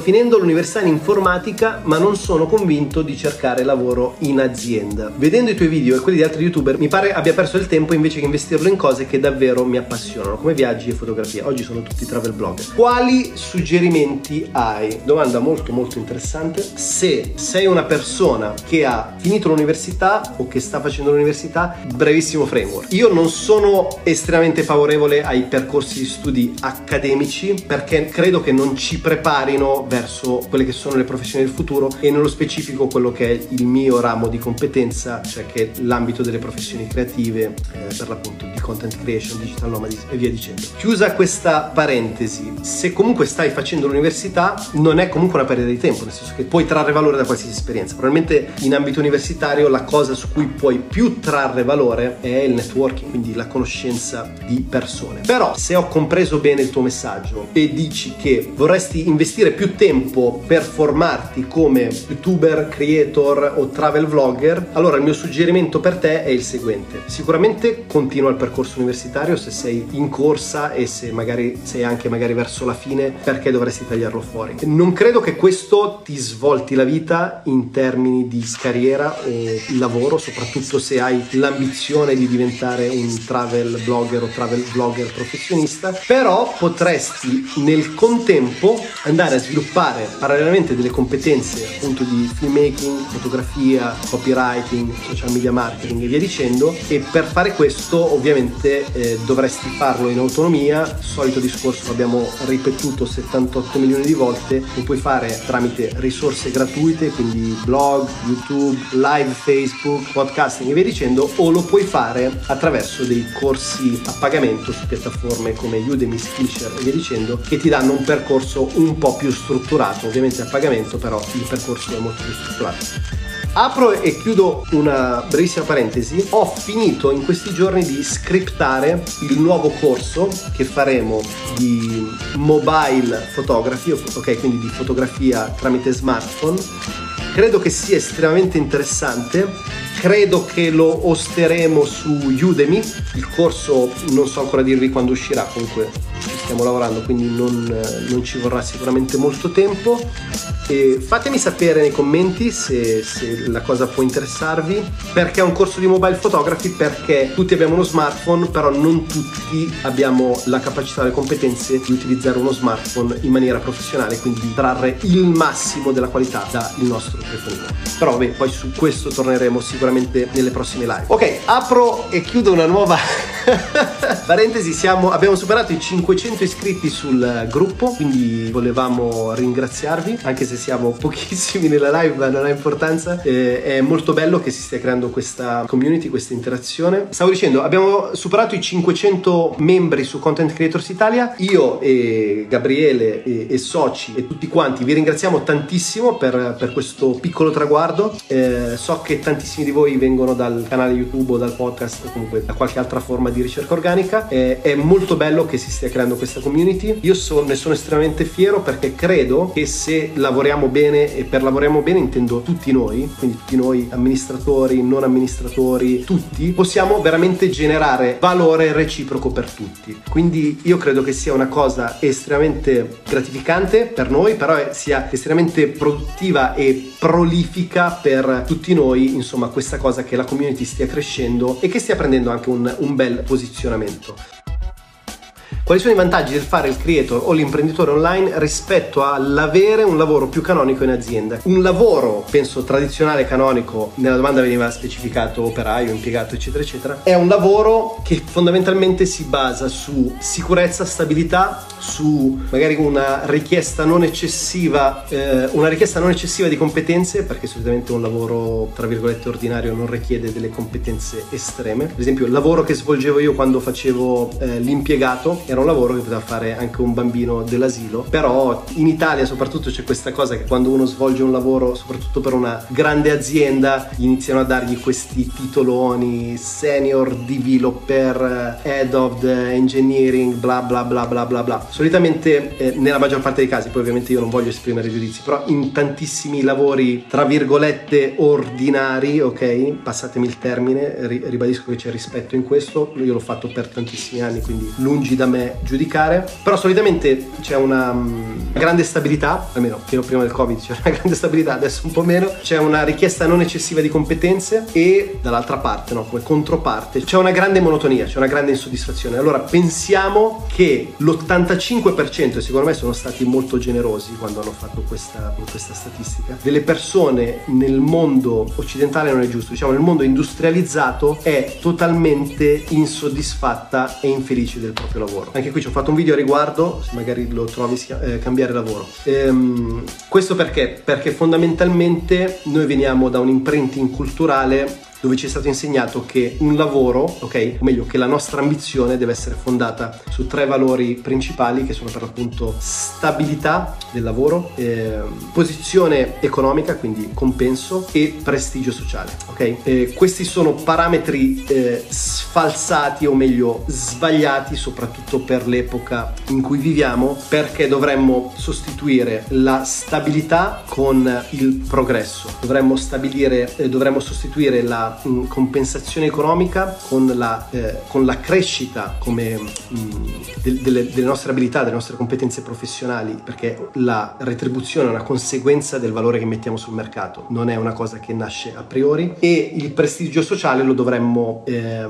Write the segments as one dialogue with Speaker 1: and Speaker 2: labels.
Speaker 1: finendo l'università in informatica, ma non sono convinto di cercare lavoro in azienda. Vedendo i tuoi video e quelli di altri youtuber, mi pare abbia perso il tempo invece che investirlo in cose che davvero mi appassionano, come viaggi e fotografia. Oggi sono tutti travel blogger. Quali suggerimenti hai? Domanda molto interessante. Se sei una persona che ha finito l'università o che sta facendo l'università, brevissimo framework. Io non sono estremamente favorevole ai percorsi di studi accademici perché credo che non ci preparino verso quelle che sono le professioni del futuro e nello specifico quello che è il mio ramo di competenza, cioè che è l'ambito delle professioni creative, per l'appunto di content creation, digital nomadism e via dicendo. Chiusa questa parentesi, se comunque stai facendo l'università non è comunque una perdita di tempo, nel senso che puoi trarre valore da qualsiasi esperienza. Probabilmente in ambito universitario la cosa su cui puoi più trarre valore è il networking, quindi la conoscenza di persone. Però se ho compreso bene il tuo messaggio e dici che vorresti investire più tempo per formarti come youtuber, creator o travel vlogger, allora il mio suggerimento per te è il seguente: sicuramente continua il percorso universitario se sei in corsa e se magari sei anche verso la fine, perché dovresti tagliarlo fuori. Non credo che questo ti svolti la vita in termini di carriera o lavoro, soprattutto se hai l'ambizione di diventare un travel blogger o travel vlogger professionista, però potresti nel contempo andare a sviluppare parallelamente delle competenze appunto di filmmaking, fotografia, copywriting, social media marketing e via dicendo, e per fare questo ovviamente dovresti farlo in autonomia. Solito discorso, l'abbiamo ripetuto 78 milioni di volte, lo puoi fare tramite risorse gratuite, quindi blog, YouTube, live Facebook, podcasting e via dicendo, o lo puoi fare attraverso dei corsi a pagamento su piattaforme come Udemy, Skillshare e via dicendo, che ti danno un percorso un po' più strutturato, ovviamente a pagamento, però il percorso è molto più strutturato. Apro e chiudo una brevissima parentesi. Ho finito in questi giorni di scriptare il nuovo corso che faremo di mobile photography, ok, quindi di fotografia tramite smartphone. Credo che sia estremamente interessante. Credo che lo osteremo su Udemy. Il corso non so ancora dirvi quando uscirà, comunque ci stiamo lavorando, quindi non ci vorrà sicuramente molto tempo. E fatemi sapere nei commenti se la cosa può interessarvi. Perché è un corso di mobile photography? Perché tutti abbiamo uno smartphone, però non tutti abbiamo la capacità e le competenze di utilizzare uno smartphone in maniera professionale, quindi di trarre il massimo della qualità dal nostro telefonino. Però vabbè, poi su questo torneremo sicuramente nelle prossime live. Ok, apro e chiudo una nuova parentesi. Abbiamo superato i 500 iscritti sul gruppo, quindi volevamo ringraziarvi, anche se siamo pochissimi nella live, ma non ha importanza. È molto bello che si stia creando questa community, questa interazione. Stavo dicendo, abbiamo superato i 500 membri su Content Creators Italia. Io e Gabriele e soci e tutti quanti vi ringraziamo tantissimo per questo piccolo traguardo. So che tantissimi di voi vengono dal canale YouTube o dal podcast o comunque da qualche altra forma di ricerca organica. È molto bello che si stia creando questa community. Io ne sono estremamente fiero, perché credo che se lavoriamo bene, e per lavoriamo bene intendo tutti noi, quindi tutti noi amministratori, non amministratori, tutti possiamo veramente generare valore reciproco per tutti. Quindi io credo che sia una cosa estremamente gratificante per noi, però sia estremamente produttiva e prolifica per tutti noi, insomma, questa cosa che la community stia crescendo e che stia prendendo anche un bel posizionamento. Quali sono i vantaggi del fare il creator o l'imprenditore online rispetto all'avere un lavoro più canonico in azienda? Un lavoro, penso, tradizionale canonico, nella domanda veniva specificato operaio, impiegato, eccetera, eccetera, è un lavoro che fondamentalmente si basa su sicurezza, stabilità, su magari una richiesta non eccessiva di competenze, perché solitamente un lavoro, tra virgolette, ordinario non richiede delle competenze estreme. Ad esempio, il lavoro che svolgevo io quando facevo l'impiegato era un lavoro che poteva fare anche un bambino dell'asilo, però in Italia soprattutto c'è questa cosa che quando uno svolge un lavoro, soprattutto per una grande azienda, iniziano a dargli questi titoloni: senior developer, head of the engineering, bla bla bla bla bla bla. Solitamente nella maggior parte dei casi, poi ovviamente io non voglio esprimere giudizi, però in tantissimi lavori tra virgolette ordinari, ok, passatemi il termine, ribadisco che c'è rispetto in questo, io l'ho fatto per tantissimi anni, quindi lungi da me me giudicare, però solitamente c'è una grande stabilità, almeno fino a prima del Covid c'era una grande stabilità, adesso un po' meno, c'è una richiesta non eccessiva di competenze e dall'altra parte, no, come controparte, c'è una grande monotonia, c'è una grande insoddisfazione. Allora pensiamo che l'85%, e secondo me sono stati molto generosi quando hanno fatto questa statistica, delle persone nel mondo occidentale, non è giusto, diciamo nel mondo industrializzato, è totalmente insoddisfatta e infelice del proprio lavoro. Anche qui ci ho fatto un video a riguardo, se magari lo trovi, cambiare lavoro. Questo perché? Perché fondamentalmente noi veniamo da un imprinting culturale dove ci è stato insegnato che un lavoro, ok, o meglio che la nostra ambizione deve essere fondata su 3 valori principali, che sono per l'appunto stabilità del lavoro, posizione economica, quindi compenso, e prestigio sociale, ok? Questi sono parametri sfalsati, o meglio sbagliati, soprattutto per l'epoca in cui viviamo, perché dovremmo sostituire la stabilità con il progresso, dovremmo sostituire la compensazione economica con la crescita come delle nostre abilità, delle nostre competenze professionali, perché la retribuzione è una conseguenza del valore che mettiamo sul mercato, non è una cosa che nasce a priori. E il prestigio sociale lo dovremmo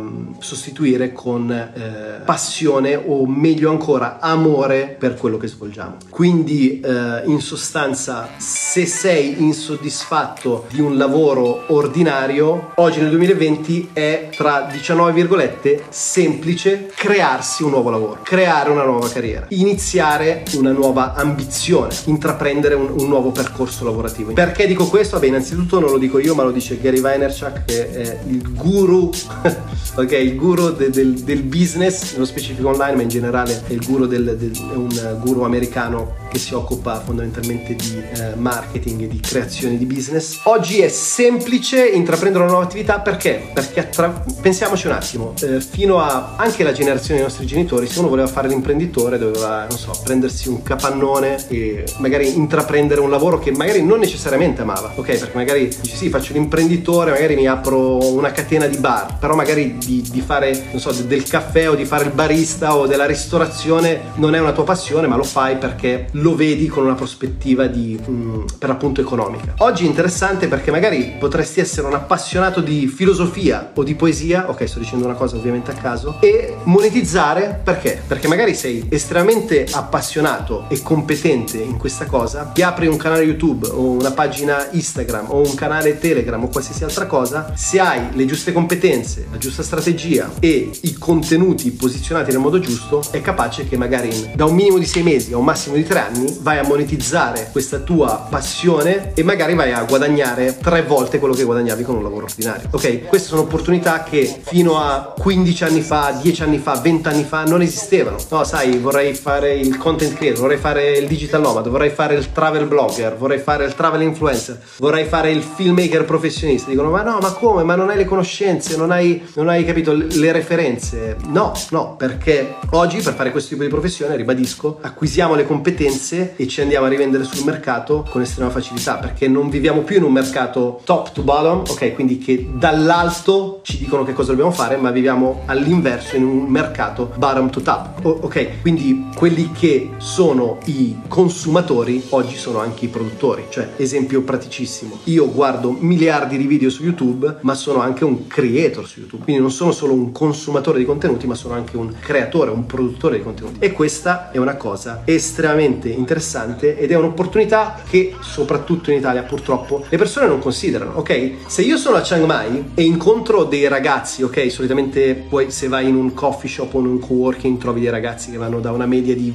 Speaker 1: sostituire con passione, o meglio ancora amore per quello che svolgiamo. Quindi in sostanza, se sei insoddisfatto di un lavoro ordinario, oggi nel 2020 è, tra 19 virgolette, semplice crearsi un nuovo lavoro, creare una nuova carriera, iniziare una nuova ambizione, intraprendere un nuovo percorso lavorativo. Perché dico questo? Vabbè, innanzitutto non lo dico io, ma lo dice Gary Vaynerchuk, che è il guru, ok, il guru del business, nello specifico online, ma in generale è il guru è un guru americano che si occupa fondamentalmente di marketing e di creazione di business. Oggi è semplice intraprendere una nuova attività. Perché? Perché pensiamoci un attimo, fino a anche la generazione dei nostri genitori, se uno voleva fare l'imprenditore doveva, non so, prendersi un capannone e magari intraprendere un lavoro che magari non necessariamente amava, ok? Perché magari dici sì, faccio l'imprenditore, magari mi apro una catena di bar, però magari di fare, non so, del caffè o di fare il barista o della ristorazione non è una tua passione, ma lo fai perché lo vedi con una prospettiva per appunto economica. Oggi è interessante perché magari potresti essere un appassionato di filosofia o di poesia, ok, sto dicendo una cosa ovviamente a caso, e monetizzare. Perché? Perché magari sei estremamente appassionato e competente in questa cosa, ti apri un canale YouTube o una pagina Instagram o un canale Telegram o qualsiasi altra cosa, se hai le giuste competenze, la giusta strategia e i contenuti posizionati nel modo giusto, è capace che magari da un minimo di 6 mesi a un massimo di 3 anni vai a monetizzare questa tua passione e magari vai a guadagnare 3 volte quello che guadagnavi con un lavoro ordinario, ok? Queste sono opportunità che fino a 15 anni fa, 10 anni fa, 20 anni fa non esistevano. No, sai, vorrei fare il content creator, vorrei fare il digital nomad, vorrei fare il travel blogger, vorrei fare il travel influencer, vorrei fare il filmmaker professionista. Dicono ma no, ma come? Ma non hai le conoscenze, non hai capito le referenze. No, perché oggi per fare questo tipo di professione, ribadisco, acquisiamo le competenze e ci andiamo a rivendere sul mercato con estrema facilità, perché non viviamo più in un mercato top to bottom, ok? Quindi che dall'alto ci dicono che cosa dobbiamo fare, ma viviamo all'inverso in un mercato bottom to top, ok? Quindi quelli che sono i consumatori oggi sono anche i produttori. Cioè, esempio praticissimo, io guardo miliardi di video su YouTube, ma sono anche un creator su YouTube, quindi non sono solo un consumatore di contenuti, ma sono anche un creatore, un produttore di contenuti. E questa è una cosa estremamente interessante ed è un'opportunità che soprattutto in Italia purtroppo le persone non considerano, ok? Se io sono a Chiang Mai e incontro dei ragazzi, ok, solitamente poi se vai in un coffee shop o in un coworking trovi dei ragazzi che vanno da una media di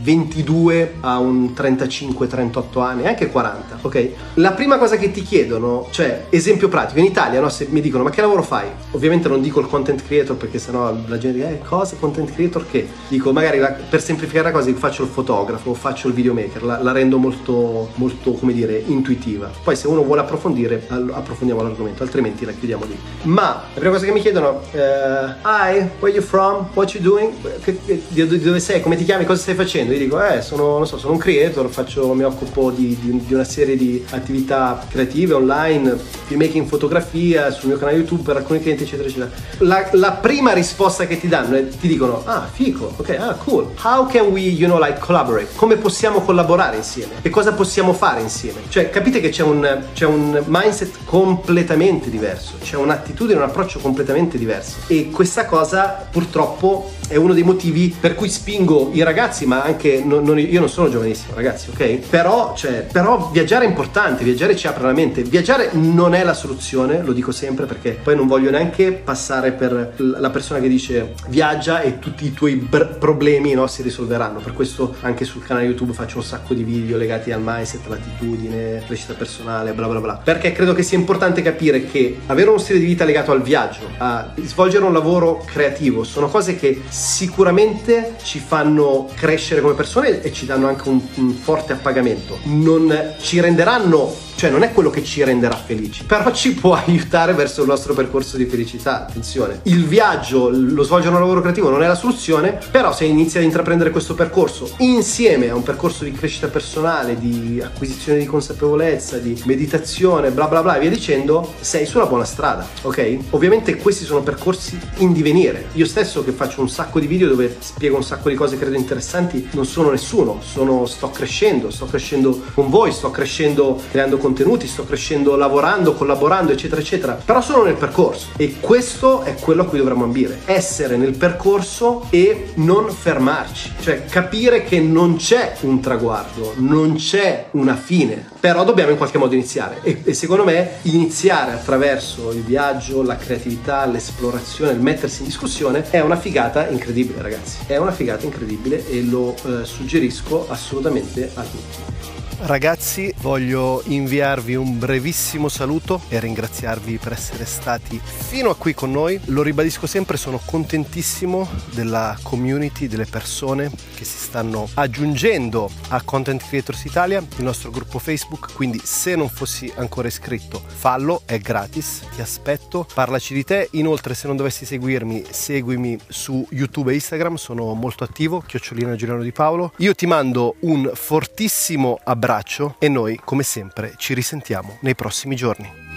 Speaker 1: 22 a un 35-38 anni, anche 40, ok? La prima cosa che ti chiedono, cioè esempio pratico, in Italia, no, se mi dicono ma che lavoro fai? Ovviamente non dico il content creator perché sennò la gente dice cosa content creator che? Dico magari per semplificare la cosa dico faccio il fotografo, faccio il videomaker, maker, la rendo molto, molto, come dire, intuitiva. Poi se uno vuole approfondire, approfondiamo l'argomento, altrimenti la chiudiamo lì. Ma la prima cosa che mi chiedono, hi, where you from, what you doing, di dove sei, come ti chiami, cosa stai facendo? Io dico, sono, non so, sono un creator, mi occupo di una serie di attività creative online, filmmaking, fotografia, sul mio canale YouTube per alcuni clienti, eccetera, eccetera. La prima risposta che ti danno è, ti dicono, fico, ok, cool, how can we, like, collaborate? Come possiamo collaborare insieme? E cosa possiamo fare insieme? Cioè, capite che c'è un mindset completamente diverso, c'è un'attitudine, un approccio completamente diverso, e questa cosa purtroppo è uno dei motivi per cui spingo i ragazzi, ma anche io non sono giovanissimo, ragazzi, ok? Però viaggiare è importante, viaggiare ci apre la mente. Viaggiare non è la soluzione, lo dico sempre, perché poi non voglio neanche passare per la persona che dice viaggia e tutti i tuoi problemi, no, si risolveranno. Per questo anche sul canale YouTube faccio un sacco di video legati al mindset, all'attitudine, crescita personale, bla bla bla, perché credo che sia importante capire che avere uno stile di vita legato al viaggio, a svolgere un lavoro creativo, sono cose che sicuramente ci fanno crescere come persone e ci danno anche un forte appagamento. Non ci renderanno, cioè non è quello che ci renderà felici, però ci può aiutare verso il nostro percorso di felicità. Attenzione, il viaggio, lo svolgere un lavoro creativo non è la soluzione, però se inizi ad intraprendere questo percorso insieme a un percorso di crescita personale, di acquisizione di consapevolezza, di meditazione, bla bla bla e via dicendo, sei sulla buona strada, ok? Ovviamente questi sono percorsi in divenire. Io stesso, che faccio un sacco di video dove spiego un sacco di cose credo interessanti, non sono nessuno, sto crescendo con voi, sto crescendo creando contenuti, sto crescendo lavorando, collaborando, eccetera eccetera, però sono nel percorso, e questo è quello a cui dovremmo ambire: essere nel percorso e non fermarci, cioè capire che non c'è un traguardo, non c'è una fine, però dobbiamo in qualche modo iniziare, e secondo me iniziare attraverso il viaggio, la creatività, l'esplorazione, il mettersi in discussione è una figata incredibile, ragazzi, è una figata incredibile, e lo suggerisco assolutamente a tutti. Ragazzi, voglio inviarvi un brevissimo saluto e ringraziarvi per essere stati fino a qui con noi. Lo ribadisco sempre, sono contentissimo della community, delle persone che si stanno aggiungendo a Content Creators Italia, il nostro gruppo Facebook, quindi se non fossi ancora iscritto fallo, è gratis, ti aspetto, parlaci di te. Inoltre, se non dovessi seguirmi, seguimi su YouTube e Instagram, sono molto attivo, @Giuliano Di Paolo. Io ti mando un fortissimo abbraccio e noi, come sempre, ci risentiamo nei prossimi giorni.